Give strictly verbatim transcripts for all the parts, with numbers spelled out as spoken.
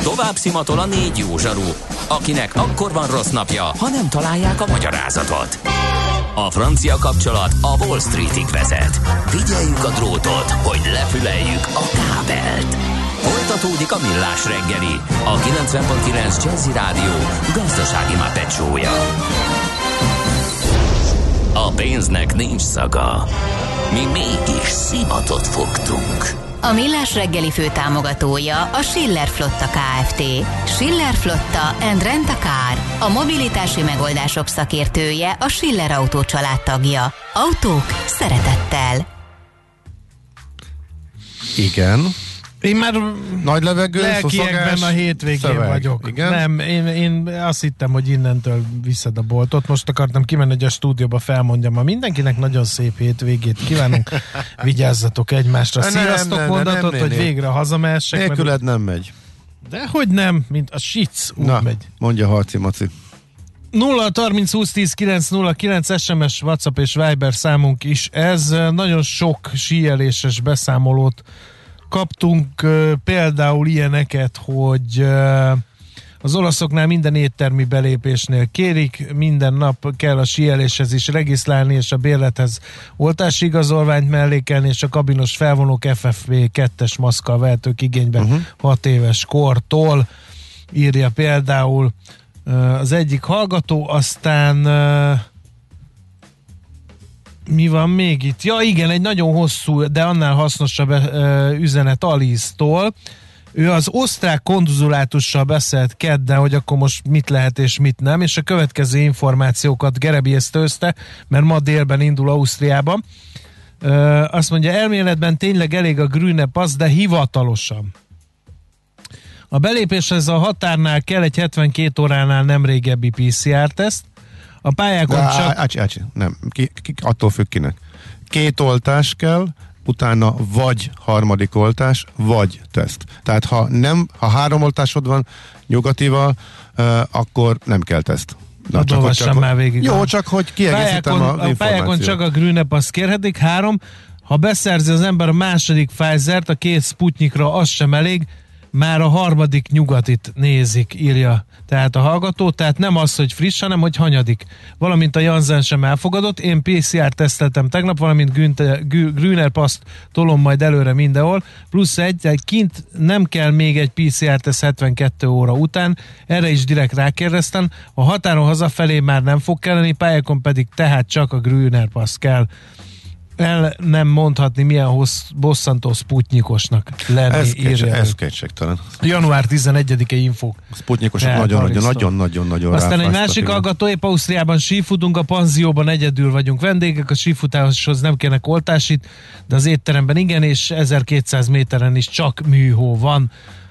Tovább szimatol a négy jó zsaru, akinek akkor van rossz napja, ha nem találják a magyarázatot. A francia kapcsolat a Wall Streetig vezet. Figyeljük a drótot, hogy lefüleljük a kábelt. Folytatódik a Millás reggeli, a kilencven pont kilenc Jazzy Rádió gazdasági mápecsója. A pénznek nincs szaga. Mi mégis szimatot fogtunk. A Millás reggeli főtámogatója a Schiller Flotta Kft. Schiller Flotta and Rent a Car. A mobilitási megoldások szakértője, a Schiller Autó család tagja. Autók szeretettel. Igen. Én már nagy levegő, lelkiekben a hétvégén szöveg. Vagyok. Igen? Nem, én, én azt hittem, hogy innentől viszed a boltot. Most akartam kimenni, hogy a stúdióba felmondjam. Ma mindenkinek nagyon szép hétvégét kívánunk. Vigyázzatok egymásra. Ne, Sziasztok nem, mondatot, nem, nem, hogy nem, végre hazamehessek. Nélküled nem megy. Dehogy nem, mint a sic úgy Na, megy. mondja Harci Maci. nulla harminc húsz tíz kilenc nulla kilenc es em es, WhatsApp és Viber számunk is. Ez nagyon sok síeléses beszámolót kaptunk, uh, például ilyeneket, hogy uh, az olaszoknál minden éttermi belépésnél kérik, minden nap kell a síeléshez is regisztrálni, és a bérlethez oltási igazolványt mellékelni, és a kabinos felvonók ef ef pé kettes maszkkal vehetők igénybe uh-huh. hat éves kortól, írja például uh, az egyik hallgató, aztán uh, mi van még itt? Ja igen, egy nagyon hosszú, de annál hasznosabb ö, üzenet Alice-tól. Ő az osztrák konzulátussal beszélt kedden, hogy akkor most mit lehet és mit nem, és a következő információkat gerebjéztőzte, mert ma délben indul Ausztriába. Ö, azt mondja, elméletben tényleg elég a Grüne Pass, de hivatalosan. A belépéshez a határnál kell egy hetvenkét óránál nem régebbi pé cé er-teszt. A pályákon de, csak... Ácsi, ácsi, nem, ki, ki, attól függ kinek. Két oltás kell, utána vagy harmadik oltás, vagy teszt. Tehát ha nem, ha három oltásod van nyugatival, uh, akkor nem kell teszt. Na, csak, csak, már végig. Jó, van. Csak hogy kiegészítem pályákon, a, a pályákon csak a Grüne Pass kérhetik. Három, ha beszerzi az ember a második Pfizer-t, a két Sputnikra, az sem elég, már a harmadik nyugatit nézik, írja tehát a hallgató, tehát nem az, hogy friss, hanem hogy hanyadik. Valamint a Janssen sem elfogadott, én pé cé er teszteltem tegnap, valamint Grüner Passt tolom majd előre mindenhol, plusz egy, egy kint nem kell még egy pé cé er teszt hetvenkét óra után, erre is direkt rákérdeztem, a határon hazafelé már nem fog kelleni, pályákon pedig tehát csak a Grüner Pass kell. El nem mondhatni, milyen hossz, bosszantó Sputnikosnak lenni, ez írja. Ez kétségtelen. január tizenegyedike infók. Sputnikosok nagyon-nagyon-nagyon-nagyon Aztán egy másik hallgató, épp Ausztriában sífutunk, a panzióban egyedül vagyunk vendégek, a sífutáshoz nem kérnek oltásit, de az étteremben igen, és ezerkétszáz méteren is csak műhó van.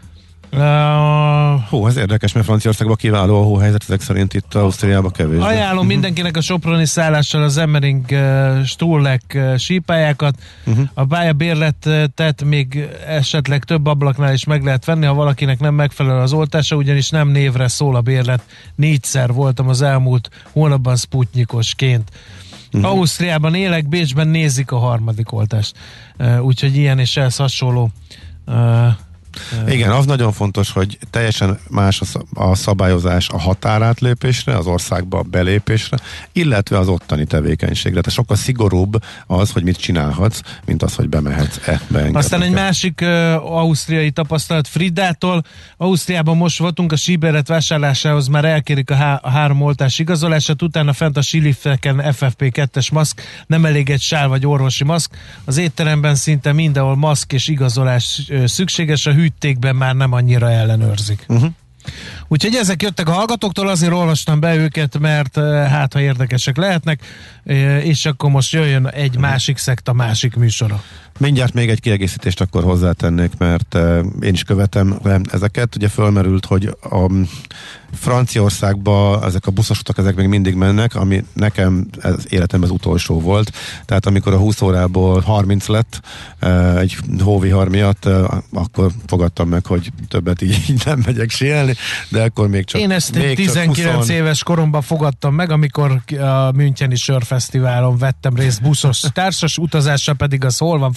Uh, Hó, ez érdekes, mert Franciaországban kiváló a hóhelyzet, ezek szerint itt Ausztriában kevés. Ajánlom uh-huh. mindenkinek a soproni szállással az Emmering uh, Sturlek uh, sípályákat. Uh-huh. A pályabérletet még esetleg több ablaknál is meg lehet venni, ha valakinek nem megfelel az oltása, ugyanis nem névre szól a bérlet. Négyszer voltam az elmúlt hónapban sputnikosként. Uh-huh. Ausztriában élek, Bécsben nézik a harmadik oltást. Uh, úgyhogy ilyen és ehhez hasonló uh, igen, az nagyon fontos, hogy teljesen más a szabályozás a határátlépésre, az országba a belépésre, illetve az ottani tevékenységre. Tehát sokkal szigorúbb az, hogy mit csinálhatsz, mint az, hogy bemehetsz-e, beengednek. Aztán egy másik uh, ausztriai tapasztalat Fridától. Ausztriában most voltunk, a síbéret vásárlásához már elkérik a, há- a három oltás igazolását, utána fent a sílifteken ef ef pé kettes maszk, nem elég egy sál vagy orvosi maszk. Az étteremben szinte mindenhol maszk és igazolás uh, szükséges, a hűtékben már nem annyira ellenőrzik. Uh-huh. Úgyhogy ezek jöttek a hallgatóktól, azért olvastam be őket, mert hát ha érdekesek lehetnek, és akkor most jöjjön egy másik szekta másik műsora. Mindjárt még egy kiegészítést akkor hozzátennék, mert én is követem ezeket. Ugye fölmerült, hogy a Franciaországban ezek a buszos utak, ezek még mindig mennek, ami nekem ez életemben az utolsó volt. Tehát amikor a húsz órából harminc lett egy hóvihar miatt, akkor fogadtam meg, hogy többet így, így nem megyek síelni, de akkor még csak... Én ezt még tizenkilenc húsz éves koromban fogadtam meg, amikor a Müncheni Sörfesztiválon vettem részt buszos társas utazással, pedig az hol van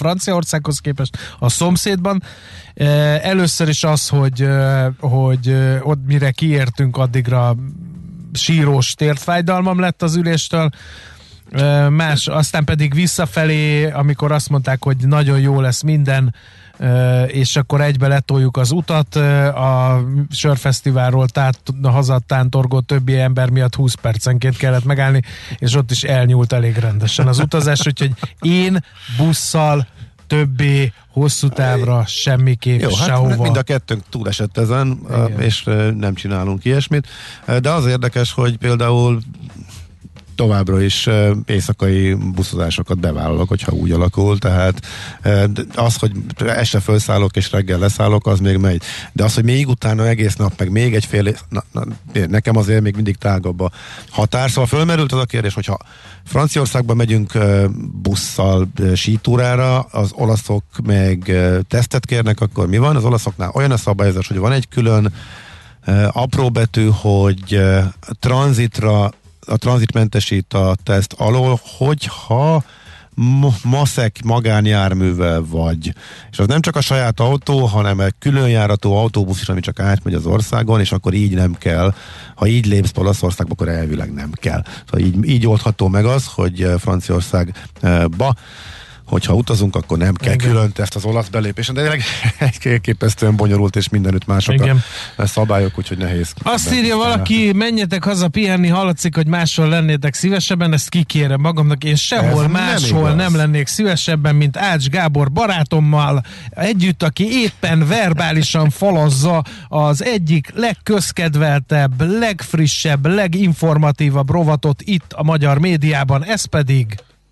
Franciaországhoz képest a szomszédban. Először is az, hogy, hogy ott mire kiértünk, addigra sírós térfájdalmam lett az üléstől. Más, aztán pedig visszafelé, amikor azt mondták, hogy nagyon jó lesz minden, és akkor egybe letoljuk az utat, a sörfesztiválról tát, hazatántorgó többi ember miatt húsz percenként kellett megállni, és ott is elnyúlt elég rendesen az utazás, úgyhogy én busszal többé hosszú távra semmiképp jó, sehova. Hát mind a kettőnk túlesett ezen, igen. És nem csinálunk ilyesmit, de az érdekes, hogy például továbbra is éjszakai buszozásokat bevállalok, hogyha úgy alakul, tehát az, hogy este felszállok és reggel leszállok, az még megy. De az, hogy még utána egész nap, meg még egy fél, na, na, nekem azért még mindig tágabb a határ. Szóval fölmerült az a kérdés, hogyha Franciaországba megyünk busszal sítúrára, az olaszok meg tesztet kérnek, akkor mi van? Az olaszoknál olyan a szabályozás, hogy van egy külön apró betű, hogy tranzitra a tranzitmentesít a teszt alól, hogyha maszek magánjárművel vagy. És az nem csak a saját autó, hanem egy különjáratú autóbusz is, ami csak átmegy az országon, és akkor így nem kell. Ha így lépsz Olaszországba, akkor elvileg nem kell. Szóval így, így oldható meg az, hogy Franciaországba hogyha utazunk, akkor nem kell igen. külön teszt az olasz belépésen, de tényleg elképesztően bonyolult, és mindenütt mások igen. a szabályok, úgyhogy nehéz. Azt írja valaki, menjetek haza pihenni, hallatszik, hogy máshol lennétek szívesebben, ezt kikérem magamnak, én sehol ez máshol nem, nem lennék szívesebben, mint Ács Gábor barátommal együtt, aki éppen verbálisan falazza az egyik legközkedveltebb, legfrissebb, leginformatívabb rovatot itt a magyar médiában, ez pedig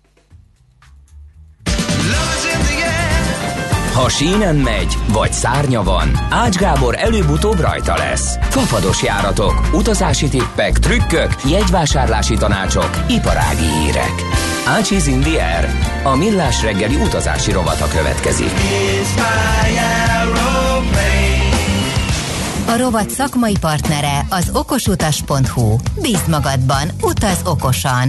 ha sínen megy, vagy szárnya van, Ács Gábor előbb-utóbb rajta lesz. Fafados járatok, utazási tippek, trükkök, jegyvásárlási tanácsok, iparági hírek. Ácsiz in the air. A millás reggeli utazási rovata következik. A rovat szakmai partnere az okosutas pont hu. Bízd magadban, utaz okosan!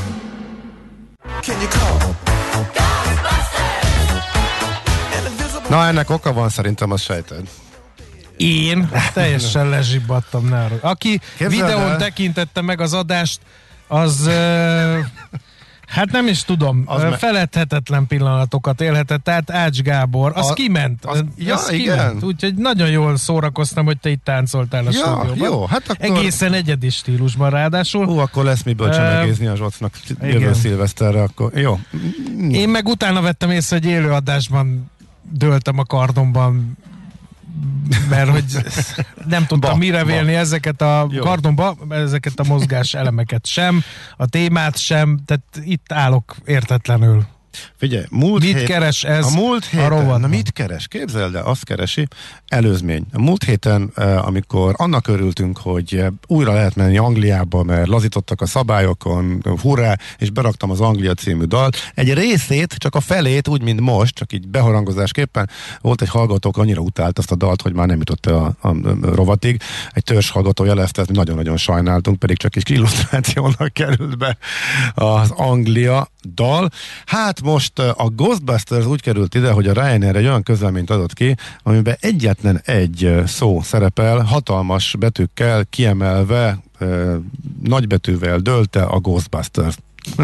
Na, ennek oka van, szerintem, azt sejted. Én teljesen lezsibbadtam nála. Aki Képzeld videón el? tekintette meg az adást, az uh, hát nem is tudom, uh, feledhetetlen pillanatokat élhetett, tehát Ács Gábor, az a, kiment. Az, ja, az igen. Kiment. Úgyhogy nagyon jól szórakoztam, hogy te itt táncoltál a ja, stúdióban. Jó, hát akkor... Egészen egyedi stílusban ráadásul. Hú, akkor lesz miből uh, csemegézni a Zsocnak jövő szilveszterre, akkor jó. Én meg utána vettem észre, hogy élő adásban dőltem a kardomban, mert hogy nem tudtam ba, mire vélni ba. ezeket a Jó. kardomba, ezeket a mozgás elemeket sem, a témát sem, tehát itt állok értetlenül. Figyelj, múlt mit hét, keres ez a múlt héten, a na mit keres? Képzeld el, azt keresi, előzmény. A múlt héten, amikor annak örültünk, hogy újra lehet menni Angliába, mert lazítottak a szabályokon, hurrá, és beraktam az Anglia című dalt. Egy részét, csak a felét, úgy, mint most, csak így beharangozásképpen, volt egy hallgató, aki annyira utált azt a dalt, hogy már nem jutott a, a, a rovatig. Egy törzs hallgató jelezte, ezt nagyon-nagyon sajnáltunk, pedig csak egy illusztrációnak került be az Anglia dal. Hát most a Ghostbusters úgy került ide, hogy a Ryanair egy olyan közleményt adott ki, amiben egyetlen egy szó szerepel, hatalmas betűkkel kiemelve, nagybetűvel dölte a Ghostbusters.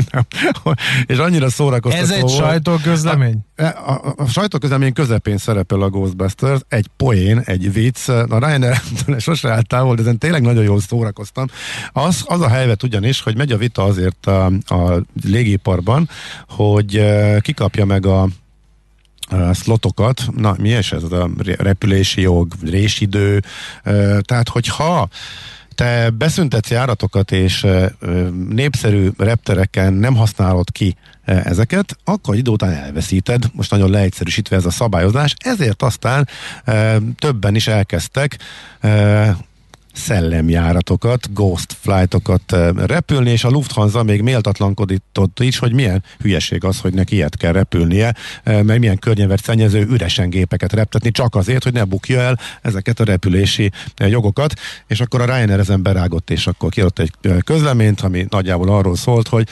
És annyira szórakoztató. Ez egy sajtóközlemény? A, a, a, a sajtóközlemény közepén szerepel a Ghostbusters, egy poén, egy vicc. A Ryanair-től sose állt távol, de ezen tényleg nagyon jól szórakoztam. Az, az a helyzet ugyanis, hogy megy a vita azért a, a légiparban, hogy uh, kikapja meg a a szlotokat, na mi is ez a repülési jog, résidő, uh, tehát hogyha te beszüntetsz járatokat, és e, népszerű reptereken nem használod ki e, ezeket, akkor idő után elveszíted. Most nagyon leegyszerűsítve ez a szabályozás, ezért aztán e, többen is elkezdtek e, szellemjáratokat, ghost flightokat repülni, és a Lufthansa még méltatlankodított is, hogy milyen hülyeség az, hogy neki ilyet kell repülnie, mert milyen környezet szennyező üresen gépeket reptetni, csak azért, hogy ne bukja el ezeket a repülési jogokat, és akkor a Ryanair ezen berágott, és akkor kiadott egy közleményt, ami nagyjából arról szólt, hogy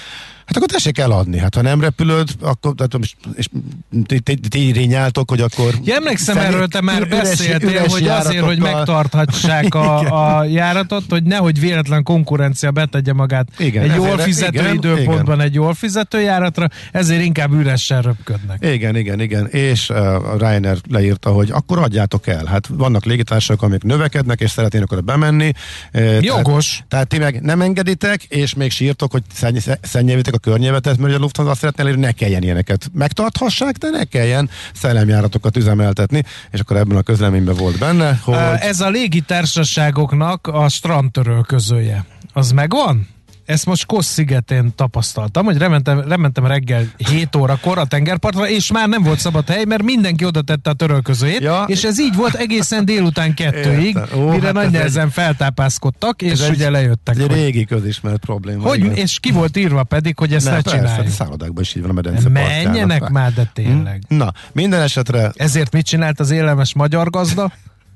Hát akkor tessék eladni. Hát ha nem repülöd, akkor és ti irényáltok, hogy akkor... Ja, emlékszem erről, te már beszéltél, hogy azért, hogy megtarthassák a, a járatot, hogy nehogy véletlen konkurencia betegye magát igen, egy jól fizető igen, időpontban igen. egy jól fizető járatra, ezért inkább üresen röpködnek. Igen, igen, igen. És uh, a Ryanair leírta, hogy akkor adjátok el. Hát vannak légitársaságok, amik növekednek, és szeretnének oda bemenni. Jogos. Tehát, tehát ti meg nem engeditek, és még sírtok, hogy szennyelvitek a környezetet, mert a Lufthansa azt szeretné elérni, hogy ne kelljen ilyeneket megtarthassák, de ne kelljen szellemjáratokat üzemeltetni, és akkor ebben a közleményben volt benne, hogy... Ez a légitársaságoknak a strandtörölközője. Az megvan? Ezt most Kos szigetén tapasztaltam, hogy rementem, rementem reggel hét órakor a tengerpartra, és már nem volt szabad hely, mert mindenki oda tette a törölközőjét, ja. és ez így volt egészen délután kettőig, Ó, mire hát nagy nehezen egy... feltápászkodtak, és ez ugye egy, lejöttek. Ez egy régi közismert probléma. Hogy, igen. És ki volt írva pedig, hogy ezt ne, ne csináljuk. Persze, szállodákban is így van a medence menjenek parkjának. Már, de tényleg. Na, minden esetre... Ezért mit csinált az élelmes magyar gazda?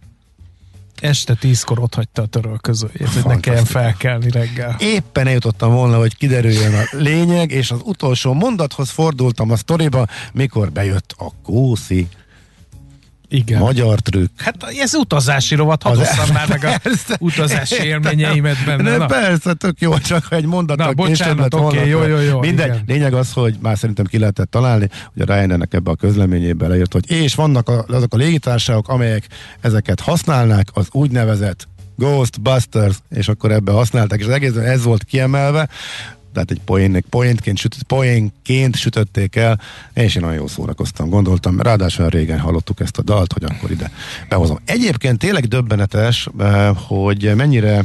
Este tízkor ott hagyta a törölközőjét, hogy ne kelljen felkelni reggel. Éppen eljutottam volna, hogy kiderüljön a lényeg, és az utolsó mondathoz fordultam a sztoriba, mikor bejött a Kószi. Igen. Magyar trükk. Hát ez utazási rovat, hadd osszam már meg a utazási élményeimet benne. De persze, tök jó, csak ha egy mondatnak bocsánat, oké, okay, jó, jó, jó. Mindegy, igen. Lényeg az, hogy már szerintem ki lehetett találni, hogy a Ryanairnek ebbe a közleményébe leírt, hogy és vannak a, azok a légitársaságok, amelyek ezeket használnák, az úgynevezett Ghostbusters, és akkor ebbe használták, és az egészben ez volt kiemelve, tehát egy poénnek, poénként, sütött, poénként sütötték el, és én nagyon jól szórakoztam, gondoltam, ráadásul régen hallottuk ezt a dalt, hogy akkor ide behozom. Egyébként tényleg döbbenetes, hogy mennyire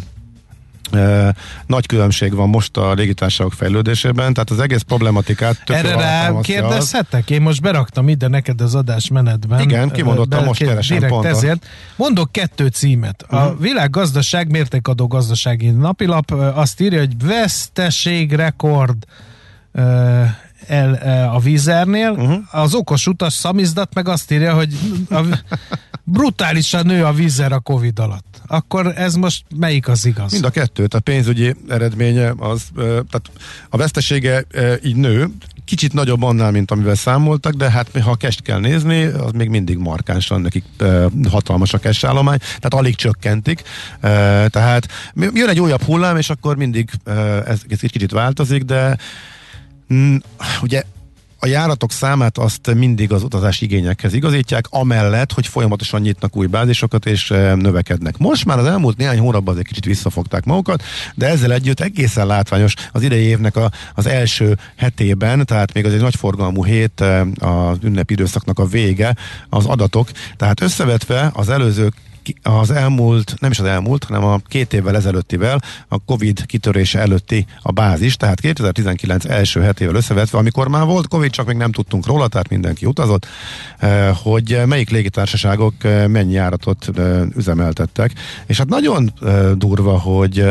Uh, nagy különbség van most a légitársaságok fejlődésében, tehát az egész problematikát erre rá kérdezhetek? Én most beraktam ide neked az adás menetben. Igen, kimondottam, Be, most keresem direkt pont. Ezért. Mondok kettő címet. Uh-huh. A Világgazdaság mértékadó gazdasági napilap azt írja, hogy veszteségrekord uh, el, a Wizzairnél, uh-huh. az okos utas szamizdat meg azt írja, hogy a, brutálisan nő a Wizzair a Covid alatt. Akkor ez most melyik az igaz? Mind a kettő. A pénzügyi eredménye az, tehát a vesztesége így nő, kicsit nagyobb annál, mint amivel számoltak, de hát ha a cash kell nézni, az még mindig markánsan nekik hatalmas a cash állomány, tehát alig csökkentik. Tehát jön egy újabb hullám, és akkor mindig ez, ez kicsit változik, de mm, ugye a járatok számát azt mindig az utazási igényekhez igazítják, amellett, hogy folyamatosan nyitnak új bázisokat és növekednek. Most már az elmúlt néhány hónapban egy kicsit visszafogták magukat, de ezzel együtt egészen látványos az idei évnek a, az első hetében, tehát még az egy nagy forgalmú hét, az ünnepi időszaknak a vége, az adatok, tehát összevetve az előző az elmúlt, nem is az elmúlt, hanem a két évvel ezelőttivel, a Covid kitörése előtti a bázis, tehát kétezer-tizenkilenc első hetével összevetve, amikor már volt Covid, csak még nem tudtunk róla, tehát mindenki utazott, hogy melyik légitársaságok mennyi járatot üzemeltettek. És hát nagyon durva, hogy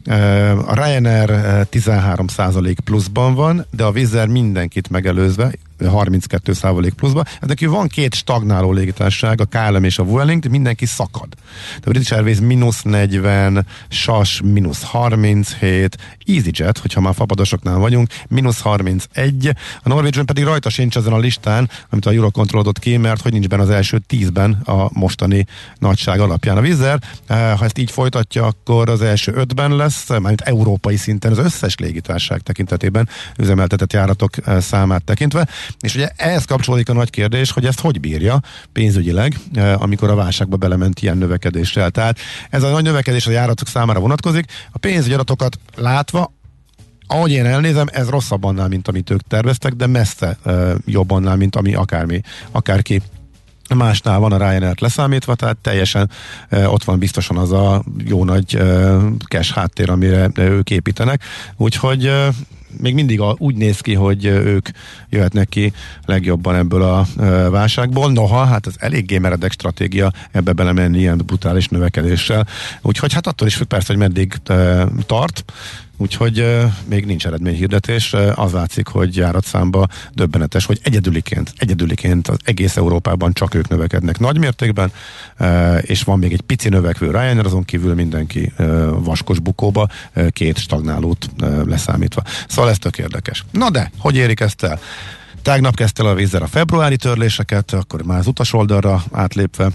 a Ryanair tizenhárom százalék pluszban van, de a Wizzair mindenkit megelőzve, harminckét százalék pluszban. Ez neki van két stagnáló légitársaság, a ká el em és a Vueling, de mindenki szakad. A British Airways mínusz negyven, es á es mínusz harminchét, EasyJet, hogyha már fapadosoknál vagyunk, mínusz harmincegy, a Norwegian pedig rajta sincs ezen a listán, amit a Eurocontrol adott ki, mert hogy nincs benne az első tízben a mostani nagyság alapján. A Wizzair, ha ezt így folytatja, akkor az első ötben lesz, mármint európai szinten az összes légitársaság tekintetében üzemeltetett járatok számát tekintve. És ugye ehhez kapcsolódik a nagy kérdés, hogy ezt hogy bírja pénzügyileg, amikor a válságba belement ilyen növekedéssel. Tehát ez a nagy növekedés a járatok számára vonatkozik. A pénzügyi adatokat látva, ahogy én elnézem, ez rosszabb annál, mint amit ők terveztek, de messze uh, jobb annál, mint ami akármi, akárki másnál van a Ryanair-t leszámítva, tehát teljesen uh, ott van biztosan az a jó nagy uh, cash háttér, amire uh, ők építenek. Úgyhogy uh, még mindig a, úgy néz ki, hogy ők jöhetnek ki legjobban ebből a e, válságból. Noha, hát ez eléggé meredek stratégia ebbe belemenni ilyen brutális növekedéssel. Úgyhogy hát attól is függ persze, hogy meddig e, tart. úgyhogy uh, még nincs eredményhirdetés. Uh, az látszik, hogy járatszámba döbbenetes, hogy egyedüliként, egyedüliként az egész Európában csak ők növekednek nagymértékben, uh, és van még egy pici növekvő Ryanair, azon kívül mindenki uh, vaskos bukóba, uh, két stagnálót uh, leszámítva. Szóval ez tök érdekes. Na de, hogy érik ezt el? Tegnap kezdte el a Wizz Air a februári törléseket, akkor már az utas oldalra átlépve.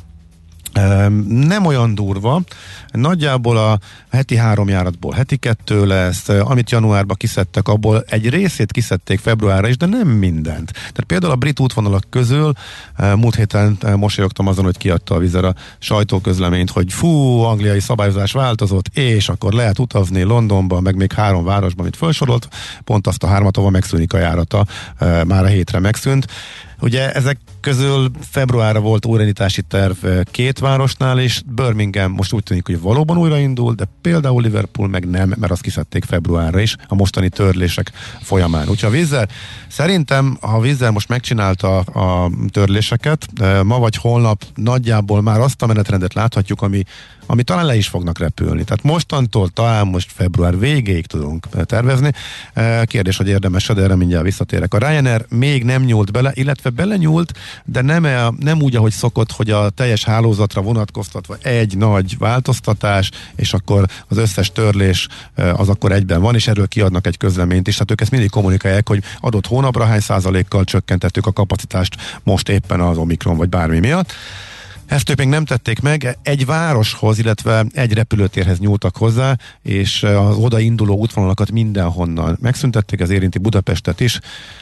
Nem olyan durva, nagyjából a heti három járatból heti kettő lesz, amit januárban kiszedtek, abból egy részét kiszedték februárra is, de nem mindent. Tehát például a brit útvonalak közül múlt héten mosolyogtam azon, hogy kiadta a Wizz Air a sajtóközleményt, hogy fú, angliai szabályozás változott, és akkor lehet utazni Londonba, meg még három városban, amit felsorolt, pont azt a hármat, ahol megszűnik a járata, már a hétre megszűnt. Ugye ezek közül februárra volt újraindítási terv két városnál, és Birmingham most úgy tűnik, hogy valóban újraindul, de például Liverpool meg nem, mert azt kiszedték februárra is a mostani törlések folyamán. Úgyhogy a Wizz Air, szerintem, ha a Wizz Air most megcsinálta a törléseket, ma vagy holnap nagyjából már azt a menetrendet láthatjuk, ami ami talán le is fognak repülni. Tehát mostantól talán most február végéig tudunk tervezni. Kérdés, hogy érdemes, de erre mindjárt visszatérek. A Ryanair még nem nyúlt bele, illetve belenyúlt, de nem, nem úgy, ahogy szokott, hogy a teljes hálózatra vonatkoztatva egy nagy változtatás, és akkor az összes törlés az akkor egyben van, és erről kiadnak egy közleményt is. Tehát ők ezt mindig kommunikálják, hogy adott hónapra hány százalékkal csökkentettük a kapacitást most éppen az Omikron vagy bármi miatt. Ezt ők még nem tették meg, egy városhoz, illetve egy repülőtérhez nyúltak hozzá, és az odainduló útvonalakat mindenhonnan megszüntették, ez érinti Budapestet is,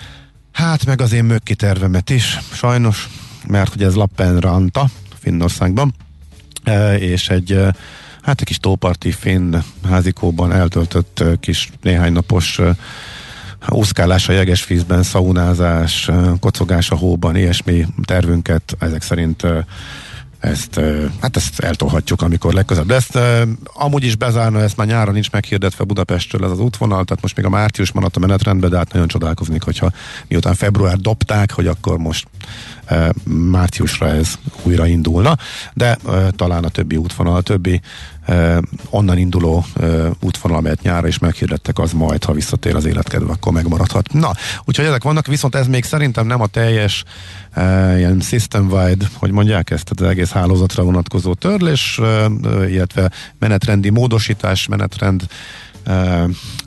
hát meg az én mökki tervemet is, sajnos, mert hogy ez Lappeenranta, Finnországban, és egy, hát egy kis tóparti finn házikóban eltöltött kis néhány napos úszkálás a jegesvízben, szaunázás, kocogás a hóban, ilyesmi tervünket ezek szerint ezt, hát ezt eltolhatjuk, amikor legközelebb. De ezt amúgy is bezárna, ezt már nyáron nincs meghirdetve Budapestről ez az útvonal, tehát most még a március maradt a menetrendben, de hát nagyon csodálkoznék, hogyha miután február dobták, hogy akkor most e, márciusra ez újra indulna, de e, talán a többi útvonal, a többi e, onnan induló e, útvonal, amelyet nyárra is meghirdettek, az majd, ha visszatér az életkedve, akkor megmaradhat. Na, úgyhogy ezek vannak, viszont ez még szerintem nem a teljes e, ilyen system-wide, hogy mondják ezt, tehát az egész hálózatra vonatkozó törlés, e, illetve menetrendi módosítás, menetrend e,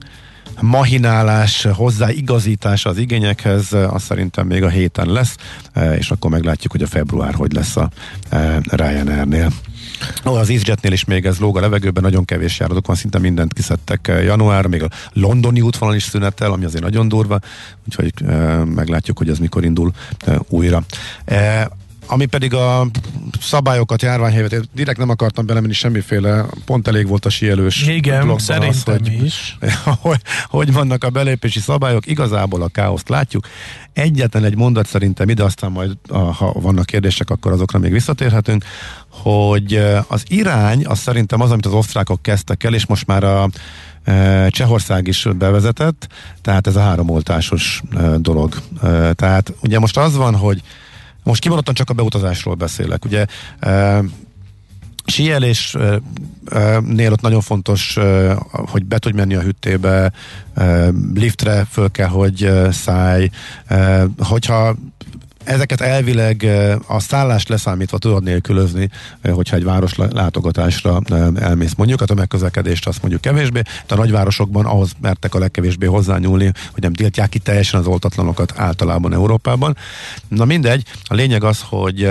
mahinálás, hozzáigazítása az igényekhez, az szerintem még a héten lesz, és akkor meglátjuk, hogy a február hogy lesz a Ryanairnél. Ó, az EasyJetnél is még ez lóg a levegőben, nagyon kevés járatok van, szinte mindent kiszedtek januárra, még a londoni útvonal is szünetel, ami azért nagyon durva, úgyhogy meglátjuk, hogy ez mikor indul újra. Ami pedig a szabályokat, járványhelyzetet, direkt nem akartam belemenni semmiféle, pont elég volt a síelős Igen, szerintem az, hogy, is. hogy, hogy vannak a belépési szabályok, igazából a káoszt látjuk. Egyetlen egy mondat szerintem ide, aztán majd, ha vannak kérdések, akkor azokra még visszatérhetünk, hogy az irány, az szerintem az, amit az osztrákok kezdtek el, és most már a Csehország is bevezetett, tehát ez a háromoltásos dolog. Tehát ugye most az van, hogy most kimondottan csak a beutazásról beszélek. Ugye e, síelésnél ott nagyon fontos, e, hogy be tudj menni a hüttébe, e, liftre föl kell, hogy szállj. E, hogyha ezeket elvileg a szállást leszámítva tudod nélkülözni, hogyha egy város látogatásra elmész. Mondjuk a tömegközlekedést azt mondjuk kevésbé, de a nagyvárosokban ahhoz mertek a legkevésbé hozzányúlni, hogy nem tiltják ki teljesen az oltatlanokat általában Európában. Na mindegy, a lényeg az, hogy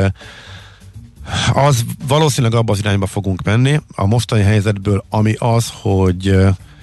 az valószínűleg abba az irányba fogunk menni a mostani helyzetből, ami az, hogy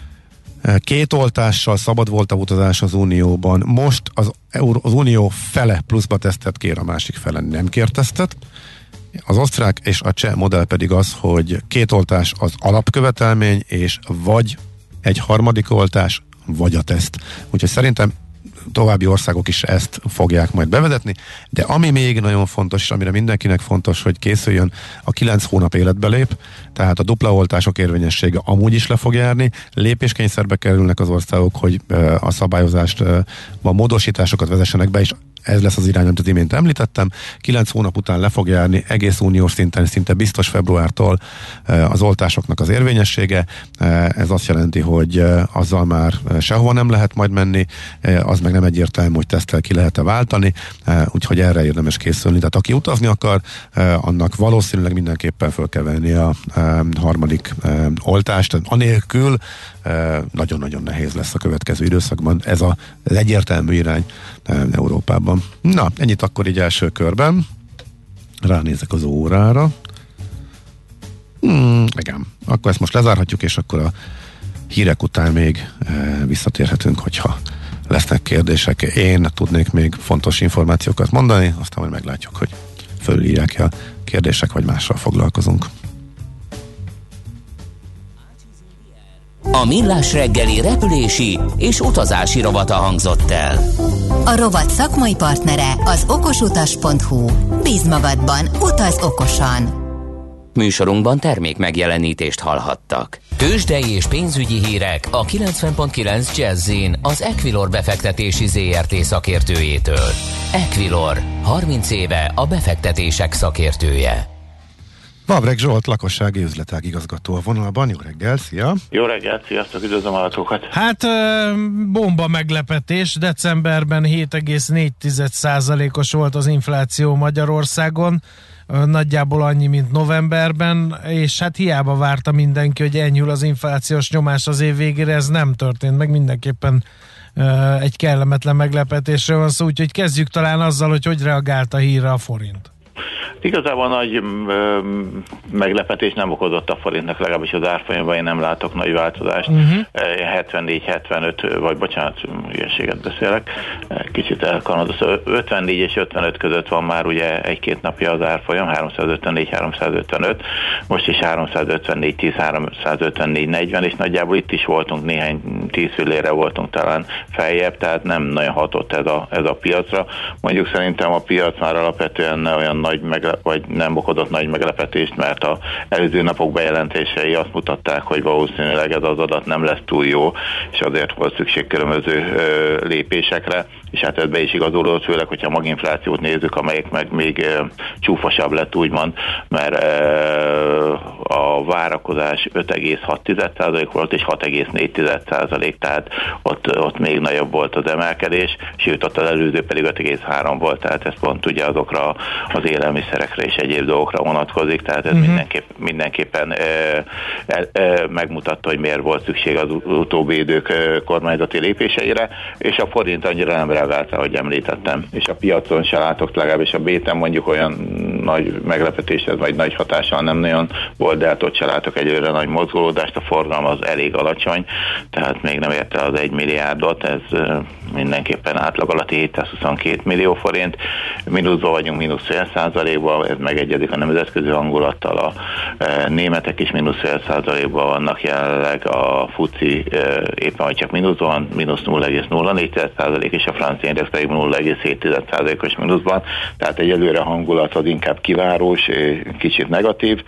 két oltással szabad volt a utazás az Unióban. Most az, az Unió fele pluszba tesztet kér, a másik fele nem kér tesztet. Az osztrák és a cseh modell pedig az, hogy két oltás az alapkövetelmény, és vagy egy harmadik oltás, vagy a teszt. Úgyhogy szerintem további országok is ezt fogják majd bevezetni, de ami még nagyon fontos, és amire mindenkinek fontos, hogy készüljön, a kilenc hónap életbe lép, tehát a dupla oltások érvényessége amúgy is le fog járni, lépéskényszerbe kerülnek az országok, hogy a szabályozást, a módosításokat vezessenek be, és ez lesz az irány, amit az imént említettem. Kilenc hónap után le fog járni egész uniós szinten, szinte biztos februártól az oltásoknak az érvényessége. Ez azt jelenti, hogy azzal már sehova nem lehet majd menni, az meg nem egyértelmű, hogy teszttel ki lehet-e váltani, úgyhogy erre érdemes készülni. Tehát aki utazni akar, annak valószínűleg mindenképpen föl kell venni a harmadik oltást. Anélkül nagyon-nagyon nehéz lesz a következő időszakban. Ez a, az egyértelmű irány Európában. Na, ennyit akkor így első körben. Ránézek az órára. Hmm, igen. Akkor ezt most lezárhatjuk, és akkor a hírek után még e, visszatérhetünk, hogyha lesznek kérdések. Én tudnék még fontos információkat mondani, aztán majd meglátjuk, hogy fölírják-e a kérdések, vagy mással foglalkozunk. A Millás reggeli repülési és utazási rovata hangzott el. A rovat szakmai partnere az okosutas pont hu. Bízz magadban, utazz okosan! Műsorunkban termék megjelenítést hallhattak. Tőzsdei és pénzügyi hírek a kilencven pont kilenc Jazzin az Equilor befektetési zé er té szakértőjétől. Equilor, harminc éve a befektetések szakértője. Vavreg Zsolt, lakossági üzletág igazgató a vonalban. Jó reggel, szia! Jó reggelt, sziasztok, üdvözlöm a hallgatókat! Hát bomba meglepetés, decemberben hét egész négy százalékos volt az infláció Magyarországon, nagyjából annyi, mint novemberben, és hát hiába várta mindenki, hogy enyhül az inflációs nyomás az év végére, ez nem történt, meg mindenképpen egy kellemetlen meglepetésről van szó, úgyhogy kezdjük talán azzal, hogy hogy reagált a hírre a forint. Igazából nagy ö, meglepetés nem okozott a forintnak, legalábbis az árfolyamban én nem látok nagy változást. Uh-huh. hetvennégy hetvenöt, vagy bocsánat, hülyeséget beszélek, kicsit elkanadott. ötvennégy és ötvenöt között van már ugye egy-két napja az árfolyam, háromszázötvennégy háromszázötvenöt, most is háromszázötvennégy tíz háromszázötvennégy negyven, és nagyjából itt is voltunk néhány tíz fillére voltunk talán feljebb, tehát nem nagyon hatott ez a, ez a piacra. Mondjuk szerintem a piac már alapvetően olyan nagy meg, vagy nem okozott nagy meglepetést, mert az előző napok bejelentései azt mutatták, hogy valószínűleg ez az adat nem lesz túl jó, és azért volt szükség különböző ö, lépésekre, és hát ez be is igazolódott, főleg, hogyha a maginflációt nézzük, amelyik meg még ö, csúfosabb lett, úgymond, mert ö, a várakozás öt egész hat százalék volt, és hat egész négy százalék, tehát ott, ott még nagyobb volt az emelkedés, sőt, ott az előző pedig öt egész három volt, tehát ez pont ugye azokra az élelmiszerekre és egyéb dolgokra vonatkozik, tehát ez uh-huh. mindenképp, mindenképpen e, e, e, megmutatta, hogy miért volt szükség az utóbbi idők e, kormányzati lépéseire, és a forint annyira nem reagált, ahogy említettem, és a piacon se látok, legalábbis a béten mondjuk olyan nagy meglepetéshez, vagy nagy hatással nem nagyon volt, de hát ott se látok egyőre nagy mozgolódást, a forgalom az elég alacsony, tehát még nem érte az egy milliárdot, ez e, mindenképpen átlag alatti hétszázhuszonkettő millió forint, mínuszban vagyunk, mínusz fél százalékban, ez megegyezik a nemzetközi hangulattal, a e, németek is mínusz fél százalékban vannak jelenleg, a fuci e, éppen vagy csak mínuszban van, mínusz nulla egész nulla négy százalék, és a francia index pedig nulla egész hét százalékos mínuszban, tehát egyelőre hangulat az inkább kivárós, kicsit negatív,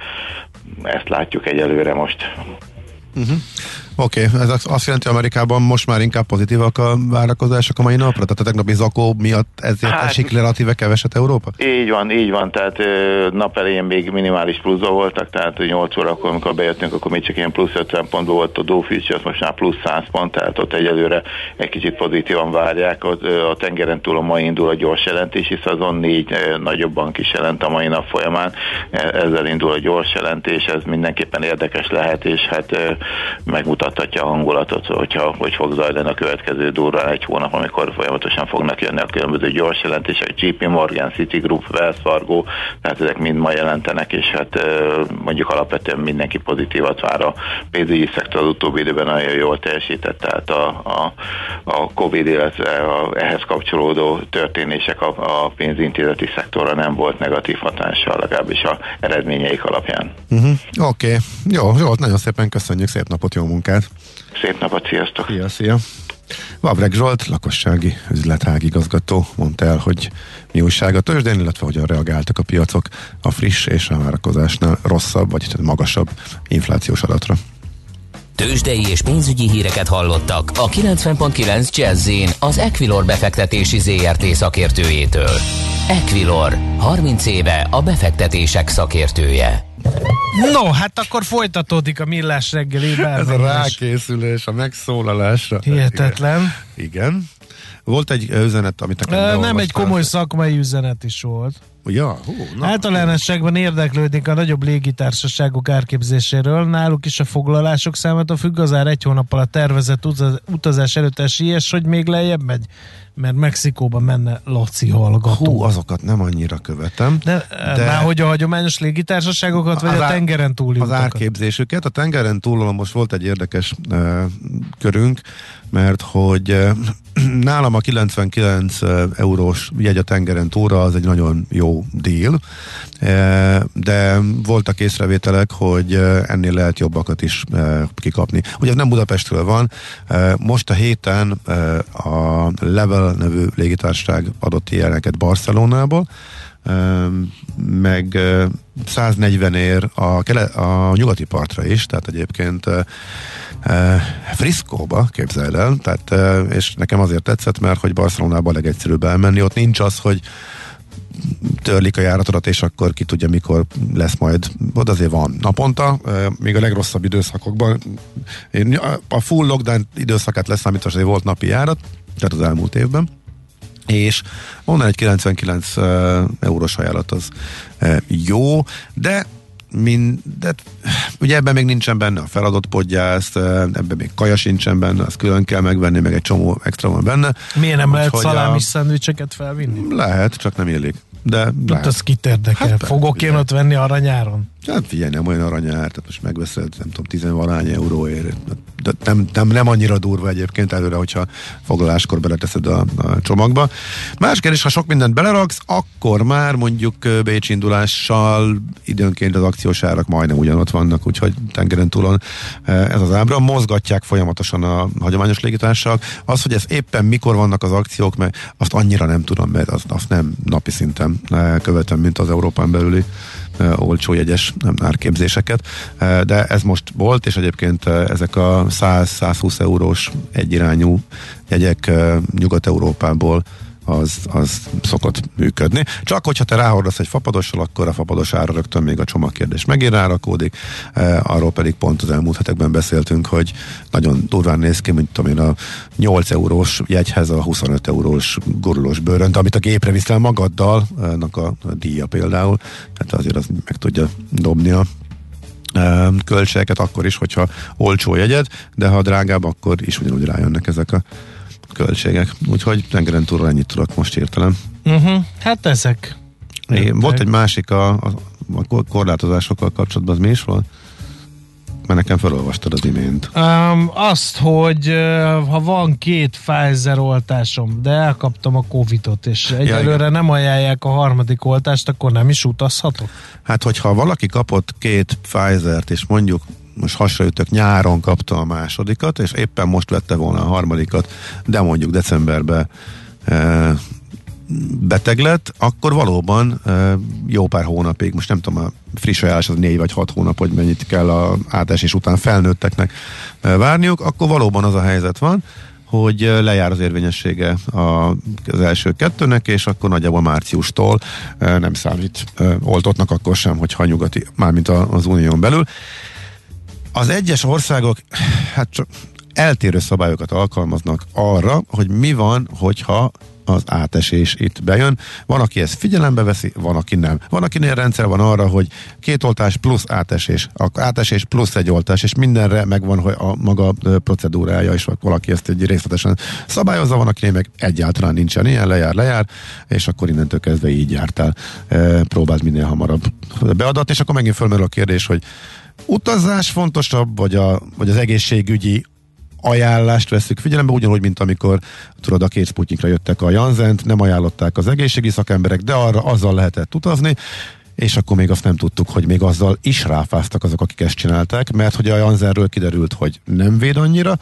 ezt látjuk egyelőre most. Uh-huh. Oké, okay. Ez azt jelenti, hogy Amerikában most már inkább pozitívak a várakozások a mai napra? Tehát a tegnapi zakó miatt ezért hát, esik relatíve keveset Európa? Így van, így van, tehát nap elején még minimális pluszban voltak, tehát nyolc órakor, amikor bejöttünk, akkor még csak ilyen plusz ötven pontban volt a Dow Futures, most már plusz száz pont, tehát ott egyelőre egy kicsit pozitívan várják. Ott a tengeren túl a mai indul a gyors jelentési szezon, négy nagyobb bank is jelent a mai nap folyamán, ezzel indul a gyors jelentés, ez mindenképpen érdekes lehet, és hát megmutathatja a hangulatot, hogyha hogy fog zajlani a következő durván egy hónap, amikor folyamatosan fognak jönni a különböző gyors jelentések, J P Morgan, Citigroup, Wells Fargo, tehát ezek mind ma jelentenek, és hát mondjuk alapvetően mindenki pozitívat vár. A pénzügyi szektor az utóbbi időben nagyon jól teljesített, tehát a, a, a Covid, illetve a, ehhez kapcsolódó történések a, a pénzintézeti szektorra nem volt negatív hatással, legalábbis a eredményeik alapján. Uh-huh. Oké, okay. Jó, jó, nagyon szépen köszönjük, szép napot, jó munkát! Szép napot, sziasztok! Szia, szia! Vavreg Zsolt, lakossági üzletág igazgató mondta el, hogy mi újság a tőzsdén, illetve hogyan reagáltak a piacok a friss és a várakozásnál rosszabb, vagy magasabb inflációs adatra. Tőzsdei és pénzügyi híreket hallottak a kilencven pont kilenc Jazz-in az Equilor befektetési zé er té szakértőjétől. Equilor, harminc éve a befektetések szakértője. No, hát akkor folytatódik a Millás reggeli. Ez a rákészülés, a megszólalásra. Hihetetlen. Igen. Volt egy üzenet, amit nekem Nem egy komoly szakmai üzenet is volt. Ja, hú, na, általánosságban érdeklődik a nagyobb légitársaságok árképzéséről. Náluk is a foglalások számától függ, az ár egy hónappal a tervezett utazás előtt esélyes, hogy még lejjebb megy, mert Mexikóba menne Laci hallgató. Hú, azokat nem annyira követem. De, de már hogy a hagyományos légitársaságokat, vagy a tengeren túli az utakat? Árképzésüket. A tengeren túlon most volt egy érdekes uh, körünk, mert hogy uh, nálam a kilencvenkilenc eurós jegy a tengeren túlra az egy nagyon jó deal, uh, de voltak észrevételek, hogy uh, ennél lehet jobbakat is uh, kikapni. Ugye nem Budapestről van, uh, most a héten uh, a Level nevű légitársaság adott ilyeneket Barcelonából, meg száznegyven ér a, kele- a nyugati partra is, tehát egyébként Friscóba, képzeld el, tehát, és nekem azért tetszett, mert hogy Barcelonába a legegyszerűbb elmenni, ott nincs az, hogy törlik a járatodat, és akkor ki tudja, mikor lesz majd. Ott azért van naponta, még a legrosszabb időszakokban. A full lockdown időszakát leszámítva azért volt napi járat, tehát az elmúlt évben. És onnan egy kilencvenkilenc eurós ajánlat az jó, de Mind, de ugye ebben még nincsen benne a feladott podgyászt, ebben még kaja sincsen benne, azt külön kell megvenni, meg egy csomó extra van benne. Miért nem lehet szalámis szendvicseket felvinni? Lehet, csak nem illik. De hát az kit érdekel? Hát, fogok én ott venni arra nyáron? Hát figyelj, nem olyan aranyár, tehát most megveszed, nem tudom, tizenvalány euróért. De nem, nem, nem annyira durva egyébként előre, hogyha foglaláskor beleteszed a, a csomagba. Más kérdés, ha sok mindent beleraksz, akkor már mondjuk Bécs indulással időnként az akciós árak majdnem ugyanott vannak, úgyhogy tengeren túlon ez az ábra. Mozgatják folyamatosan a hagyományos légitársaság. Az, hogy ez éppen mikor vannak az akciók, mert azt annyira nem tudom, mert azt, azt nem napi szinten követem, mint az Európán belüli olcsó jegyes árképzéseket, de ez most volt, és egyébként ezek a száz-százhúsz eurós egyirányú jegyek Nyugat-Európából az, az szokott működni. Csak hogyha te ráhordasz egy fapadossal, akkor a fapados ára rögtön még a csomagkérdés megint rárakódik, arról pedig pont az elmúlt hetekben beszéltünk, hogy nagyon durván néz ki, mint tudom én, a nyolc eurós jegyhez a huszonöt eurós gurulós bőrönt, amit a gépre viszel magaddal, annak a, a díja például, hát azért az meg tudja dobni a költségeket akkor is, hogyha olcsó jegyed, de ha drágább, akkor is ugyanúgy rájönnek ezek a költségek. Úgyhogy tengeren túlra ennyit tudok most hirtelen. Uh-huh. Hát ezek. É, volt egy másik a, a, a korlátozásokkal kapcsolatban, az mi is volt? Mert nekem felolvastad az imént. Um, azt, hogy uh, ha van két Pfizer oltásom, de elkaptam a Covidot, és egyelőre ja, nem ajánlják a harmadik oltást, akkor nem is utazhatok? Hát, hogyha valaki kapott két Pfizert, és mondjuk most hasraütök, nyáron kapta a másodikat, és éppen most vette volna a harmadikat, de mondjuk decemberben e, beteg lett, akkor valóban e, jó pár hónapig, most nem tudom, a friss ajánlás az négy vagy hat hónap, hogy mennyit kell a átesés után felnőtteknek e, várniuk, akkor valóban az a helyzet van, hogy lejár az érvényessége a, az első kettőnek, és akkor nagyjából márciustól e, nem számít e, oltottnak akkor sem, hogyha nyugati, mármint az unión belül. Az egyes országok hát csak eltérő szabályokat alkalmaznak arra, hogy mi van, hogyha az átesés itt bejön. Van, aki ezt figyelembe veszi, van, aki nem. Van, akinél rendszer van arra, hogy két oltás plusz átesés, átesés plusz egy oltás, és mindenre megvan hogy a maga procedúrája, és valaki ezt egy részletesen szabályozza, van, akinél meg egyáltalán nincsen ilyen, lejár, lejár, és akkor innentől kezdve így jártál. Próbáld minél hamarabb beadatni, és akkor megint fölmerül a kérdés, hogy utazás fontosabb, vagy, a, vagy az egészségügyi ajánlást veszük figyelembe, ugyanúgy, mint amikor tudod, a két Sputnikra jöttek a Janssent, nem ajánlották az egészségügyi szakemberek, de arra azzal lehetett utazni, és akkor még azt nem tudtuk, hogy még azzal is ráfáztak azok, akik ezt csinálták, mert hogy a Janssenről kiderült, hogy nem véd annyira,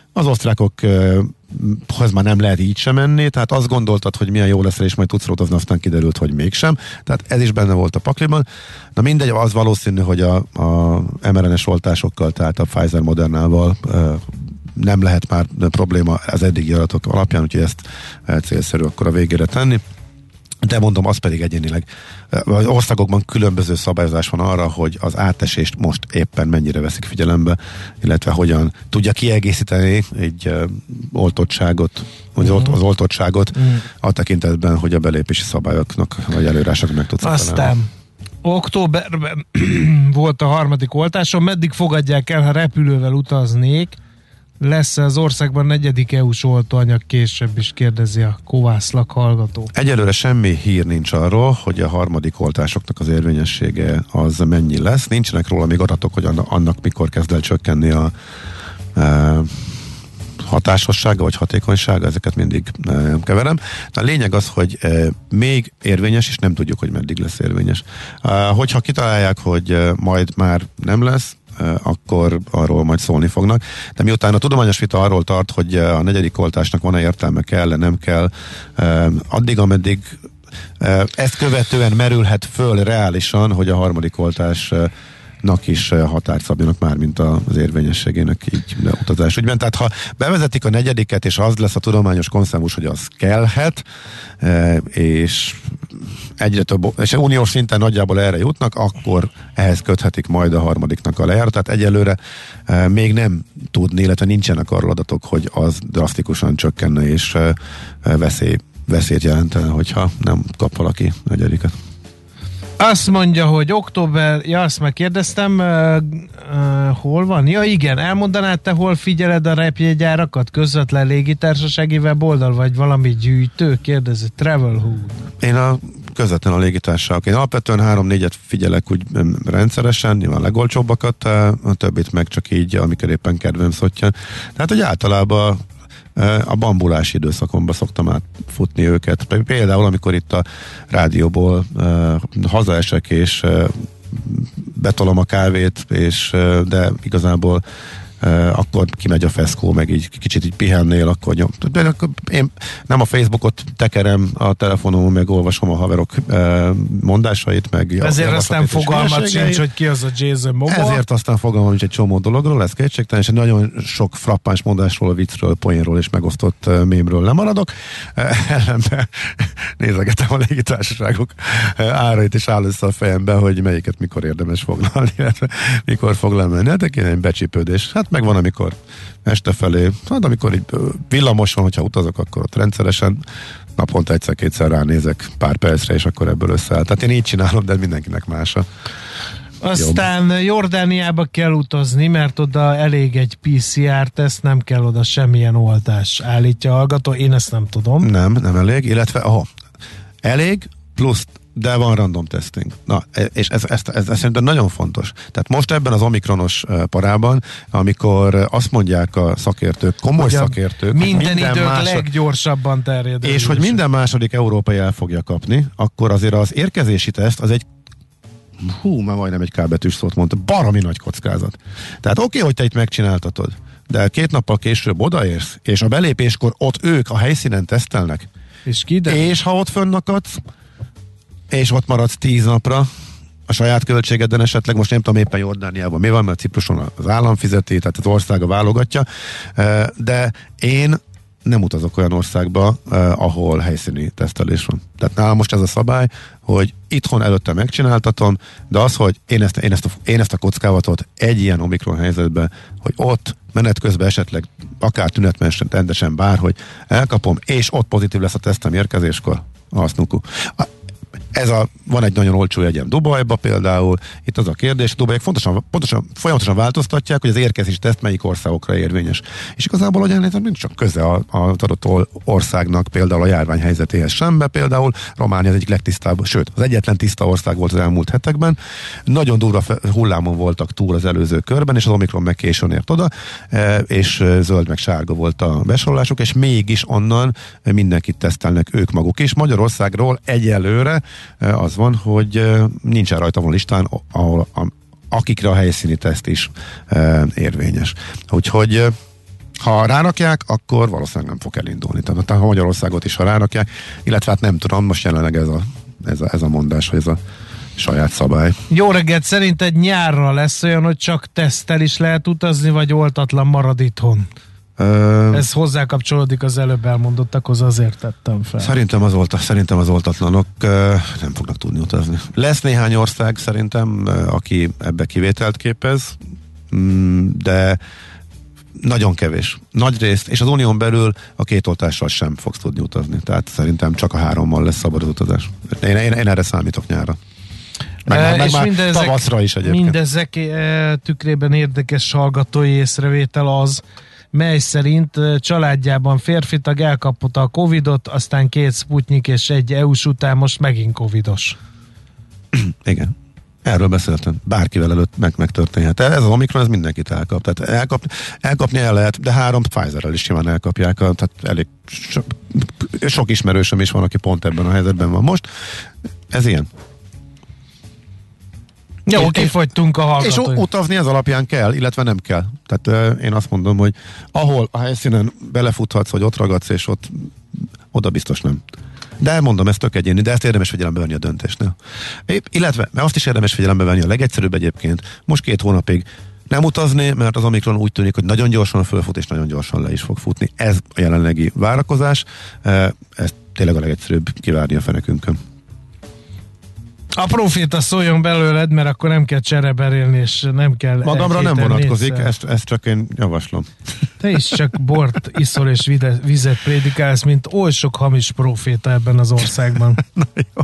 Az osztrákokhoz már nem lehet így sem menni, tehát azt gondoltad, hogy milyen jó lesz, és majd tudsz rótozni, aztán kiderült, hogy mégsem. Tehát ez is benne volt a pakliban. Na mindegy, az valószínű, hogy a, a em er en es oltásokkal, tehát a Pfizer Modernával nem lehet már probléma az eddigi adatok alapján, úgyhogy ezt célszerű akkor a végére tenni. De mondom, az pedig egyénileg. Az országokban különböző szabályozás van arra, hogy az átesést most éppen mennyire veszik figyelembe, illetve hogyan tudja kiegészíteni egy uh, oltottságot, uh-huh. az, az oltottságot uh-huh. a tekintetben, hogy a belépési szabályoknak vagy előírásoknak meg tudsz Aztán felelni. Októberben volt a harmadik oltásom, meddig fogadják el, ha repülővel utaznék? Lesz az országban negyedik é u-s oltóanyag később is, kérdezi a kovászlak hallgató. Egyelőre semmi hír nincs arról, hogy a harmadik oltásoknak az érvényessége az mennyi lesz. Nincsenek róla még adatok, hogy annak mikor kezd el csökkenni a e, hatásossága vagy hatékonysága, ezeket mindig e, keverem. A lényeg az, hogy e, még érvényes, és nem tudjuk, hogy meddig lesz érvényes. E, hogyha kitalálják, hogy e, majd már nem lesz, akkor arról majd szólni fognak. De miután a tudományos vita arról tart, hogy a negyedik oltásnak van-e értelme, kell-e, nem kell, addig, ameddig ezt követően merülhet föl reálisan, hogy a harmadik oltásnak is határt szabjanak már, mint az érvényességének így utazás ügyben. Tehát ha bevezetik a negyediket, és az lesz a tudományos konszenzus, hogy az kellhet, és egyre több, és uniós szinten nagyjából erre jutnak, akkor ehhez köthetik majd a harmadiknak a lejárat. Tehát egyelőre e, még nem tudni, illetve nincsenek arról adatok, hogy az drasztikusan csökkenne, és e, veszély, veszélyt jelentene, hogyha nem kap valaki negyediket. Azt mondja, hogy október, ja, azt megkérdeztem, uh, uh, hol van? Ja igen, elmondanád te, hol figyeled a repjegyárakat? Közvetlen légitársasági weboldal, vagy valami gyűjtő? Kérdezi, Travelhub. Én a közvetlen a légitársaságok. Én alapvetően három-négyet figyelek úgy rendszeresen, nyilván legolcsóbbakat, a többit meg csak így, amikor éppen kedvem szotja. Tehát, hogy általában a bambulási időszakomban szoktam átfutni őket. Például, amikor itt a rádióból uh, hazaesek, és uh, betolom a kávét, és, uh, de igazából Uh, akkor kimegy a feszkó, meg így kicsit így pihennél, akkor nyom. Én nem a Facebookot tekerem a telefonon, meg olvasom a haverok uh, mondásait, meg ezért aztán fogalmat sincs, hogy ki az a Jason Momoa. Ezért aztán fogalmam nincs egy csomó dologról, lesz kétségtelen, és nagyon sok frappáns mondásról, viccről, poénról és megosztott uh, mémről lemaradok. Uh, ellenben nézegetem a légitársaságok uh, árait, és áll össze a fejemben, hogy melyiket mikor érdemes foglalni, illetve mikor fog lemenni. Hát egy becsípődés. Hát meg van, amikor este felé, hát amikor így villamos van, hogyha utazok, akkor ott rendszeresen naponta egyszer-kétszer ránézek pár percre, és akkor ebből összeáll. Tehát én így csinálom, de mindenkinek mása. Aztán jobb. Jordániába kell utazni, mert oda elég egy pé cé er-teszt, nem kell oda semmilyen oltás, állítja a hallgató. Én ezt nem tudom. Nem, nem elég, illetve aha, elég, plusz de van random testing. Na, és ez, ez, ez, ez szerintem nagyon fontos. Tehát most ebben az omikronos parában, amikor azt mondják a szakértők, komoly Ugyan szakértők, minden, minden idők másod... leggyorsabban terjed. És hogy minden második európai el fogja kapni, akkor azért az érkezési teszt az egy hú, már majdnem egy kábetűs szót mondta, baromi nagy kockázat. Tehát oké, okay, hogy te itt megcsináltatod, de két nappal később odaérsz, és a belépéskor ott ők a helyszínen tesztelnek. És ki de? És ha ott fönnakadsz, és ott maradsz tíz napra a saját költségeden esetleg, most nem tudom éppen Jordániában mi van, mert Cipruson az állam fizeti, tehát az országa válogatja, de én nem utazok olyan országba, ahol helyszíni tesztelés van. Tehát nálam most ez a szabály, hogy itthon előtte megcsináltatom, de az, hogy én ezt, én ezt, a, én ezt a kockávatot egy ilyen omikron helyzetben, hogy ott menet közben esetleg akár tünetmenten, rendesen bárhogy elkapom, és ott pozitív lesz a tesztem érkezéskor, azt nuku. Ez a, van egy nagyon olcsó jegyem Dubajba például, itt az a kérdés, Dubajak fontosan, pontosan, folyamatosan változtatják, hogy az érkezési teszt melyik országokra érvényes. És igazából, hogy elnézem, nincs csak köze az adott országnak például a járvány helyzetéhez sembe, például Románia az egyik legtisztább, sőt, az egyetlen tiszta ország volt az elmúlt hetekben. Nagyon durva hullámon voltak túl az előző körben, és az Omikron meg későn ért oda, és zöld meg sárga volt a besorolásuk, és mégis onnan mindenkit tesztelnek ők maguk is. Magyarországról egyelőre az van, hogy nincsen rajta van listán, ahol a, akikre a helyszíni teszt is e, érvényes. Úgyhogy Ha rárakják, akkor valószínűleg nem fog elindulni. Tehát ha Magyarországot is ha rárakják, illetve hát nem tudom, most jelenleg ez a, ez a, ez a mondás, hogy ez a saját szabály. Jó reggelt, szerinted nyárra lesz olyan, hogy csak teszttel is lehet utazni, vagy oltatlan marad itthon? Ö... Ez hozzá kapcsolódik az előbb elmondottakhoz, azért tettem fel. Szerintem az, olta, szerintem az oltatlanok ö, nem fognak tudni utazni. Lesz néhány ország szerintem, ö, aki ebbe kivételt képez, de nagyon kevés. Nagy részt, és az unión belül a két oltással sem fogsz tudni utazni. Tehát szerintem csak a hárommal lesz szabad az utazás. Én, én, én erre számítok nyárra. Meg, e, meg és már mindezek, tavaszra is egyébként. Mindezek e, tükrében érdekes hallgatói észrevétel az, mely szerint családjában férfitag elkapott a Covidot, aztán két Sputnik és egy é u-s után most megint Covidos. Igen. Erről beszéltem. Bárkivel előtt meg, megtörténhet. Ez az Omikron, ez mindenkit elkap. Tehát elkap, elkapni el lehet, de három Pfizerrel is simán elkapják. Tehát elég so, sok ismerősöm is van, aki pont ebben a helyzetben van most. Ez ilyen. Jó, kifogytunk a hallgatói. És utazni ez alapján kell, illetve nem kell. Tehát uh, én azt mondom, hogy ahol a helyszínen belefuthatsz, hogy ott ragadsz, és ott oda biztos nem. De mondom, ez tök egyéni, de ezt érdemes figyelembe venni a döntésnél. Épp, illetve, mert azt is érdemes figyelembe venni, a legegyszerűbb egyébként, most két hónapig nem utazni, mert az Omikron úgy tűnik, hogy nagyon gyorsan fölfut, és nagyon gyorsan le is fog futni. Ez a jelenlegi várakozás, ez tényleg a legegyszerűbb kivárni a fenekünkön. A proféta szóljon belőled, mert akkor nem kell csereberélni, és nem kell... Magamra nem vonatkozik, ezt, ezt csak én javaslom. Te is csak bort iszol és vizet prédikálsz, mint oly sok hamis proféta ebben az országban. Na jó.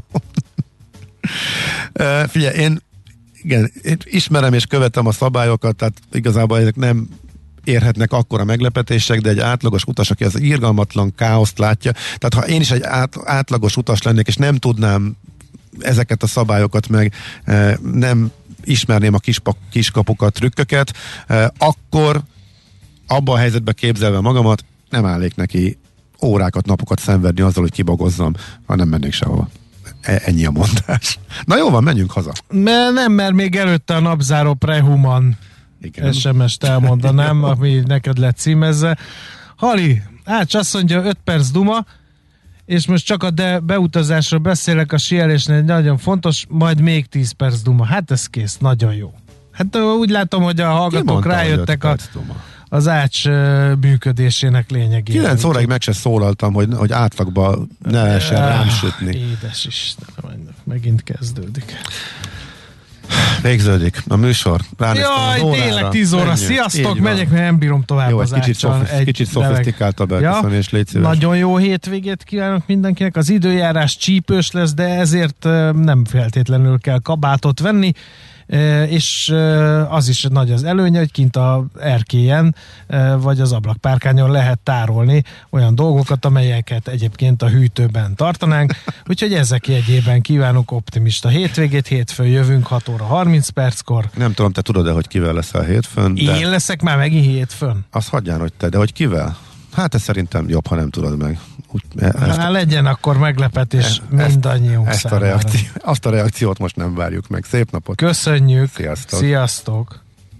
Uh, figyelj, én, igen, én ismerem és követem a szabályokat, tehát igazából ezek nem érhetnek akkora meglepetések, de egy átlagos utas, aki az irgalmatlan káoszt látja, tehát ha én is egy át, átlagos utas lennék, és nem tudnám ezeket a szabályokat meg e, nem ismerném a kispak, kiskapukat, trükköket, e, akkor abban a helyzetben képzelve magamat nem állék neki órákat, napokat szenvedni azzal, hogy kibagozzam, ha nem mennék sehova. E, ennyi a mondás. Na jó van, menjünk haza. M- nem, mert még előtte a napzáró prehuman es em est elmondanám, ami neked lett címezve. Hali, Ács azt mondja, öt perc duma, és most csak a de beutazásról beszélek, a síelésnél nagyon fontos, majd még tíz perc duma. Hát ez kész, nagyon jó. Hát úgy látom, hogy a hallgatók mondta, rájöttek a, az Ács működésének lényegére. kilenc óráig meg se szólaltam, hogy, hogy átlagban ne lehessen ah, rám sütni. Édes Istenem, megint kezdődik. Végződik a műsor. Jaj, tényleg tíz óra. Menjünk. Sziasztok, megyek, mert nem bírom tovább. Jó, az egy kicsit, szofiszt, egy kicsit szofisztikáltabb elköszönni, ja, és légy szíves. Nagyon jó hétvégét kívánok mindenkinek. Az időjárás csípős lesz, de ezért nem feltétlenül kell kabátot venni, és az is nagy az előnye, hogy kint a erkélyen vagy az ablakpárkányon lehet tárolni olyan dolgokat, amelyeket egyébként a hűtőben tartanánk, úgyhogy ezek jegyében kívánok optimista hétvégét, hétfőn jövünk hat óra harminc perckor. Nem tudom, te tudod-e, hogy kivel leszel hétfőn? De... Én leszek már megint hétfőn. Azt hagyján, hogy te, de hogy kivel? Hát ez szerintem jobb, ha nem tudod meg. Úgy, ezt, Há, legyen akkor meglepetés ezt, mindannyiunk ezt a reakció, azt a reakciót most nem várjuk meg. Szép napot! Köszönjük! Sziasztok! Sziasztok.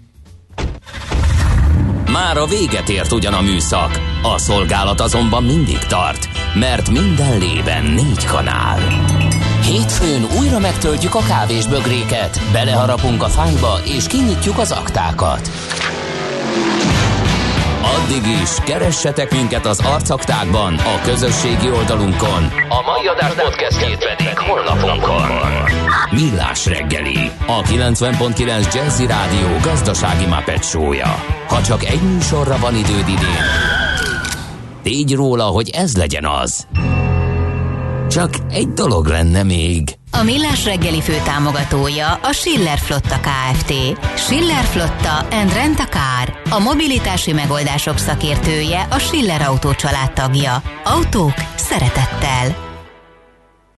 Már a véget ért ugyan a műszak, a szolgálat azonban mindig tart, mert minden lében négy kanál. Hétfőn újra megtöltjük a kávésbögréket, beleharapunk a fányba és kinyitjuk az aktákat. Addig is, keressetek minket az arcaktákban, a közösségi oldalunkon. A mai adás podcastjét pedig honlapunkon. Millás reggeli, a kilencven pont kilenc Jazzy Rádió gazdasági Muppet show-ja. Ha csak egy műsorra van időd idén, tégy róla, hogy ez legyen az. Csak egy dolog lenne még. A Millás reggeli főtámogatója a Schiller Flotta Kft. Schiller Flotta and Rent a Car. A mobilitási megoldások szakértője, a Schiller Autó család tagja. Autók szeretettel.